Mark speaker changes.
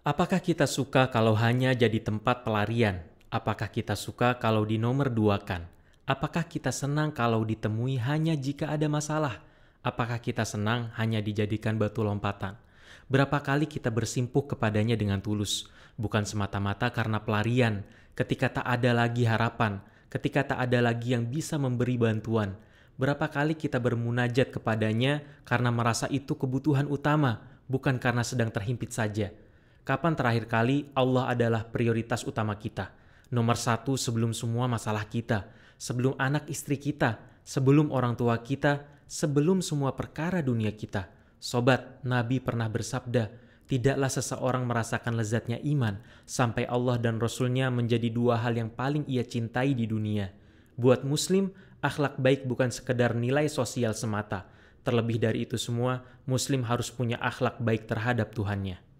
Speaker 1: Apakah kita suka kalau hanya jadi tempat pelarian? Apakah kita suka kalau dinomorduakan? Apakah kita senang kalau ditemui hanya jika ada masalah? Apakah kita senang hanya dijadikan batu lompatan? Berapa kali kita bersimpuh kepadanya dengan tulus, bukan semata-mata karena pelarian, ketika tak ada lagi harapan, ketika tak ada lagi yang bisa memberi bantuan. Berapa kali kita bermunajat kepadanya karena merasa itu kebutuhan utama, bukan karena sedang terhimpit saja. Kapan terakhir kali Allah adalah prioritas utama kita? Nomor satu sebelum semua masalah kita, sebelum anak istri kita, sebelum orang tua kita, sebelum semua perkara dunia kita. Sobat, Nabi pernah bersabda, tidaklah seseorang merasakan lezatnya iman sampai Allah dan Rasul-Nya menjadi dua hal yang paling ia cintai di dunia. Buat Muslim, akhlak baik bukan sekedar nilai sosial semata. Terlebih dari itu semua, Muslim harus punya akhlak baik terhadap Tuhannya.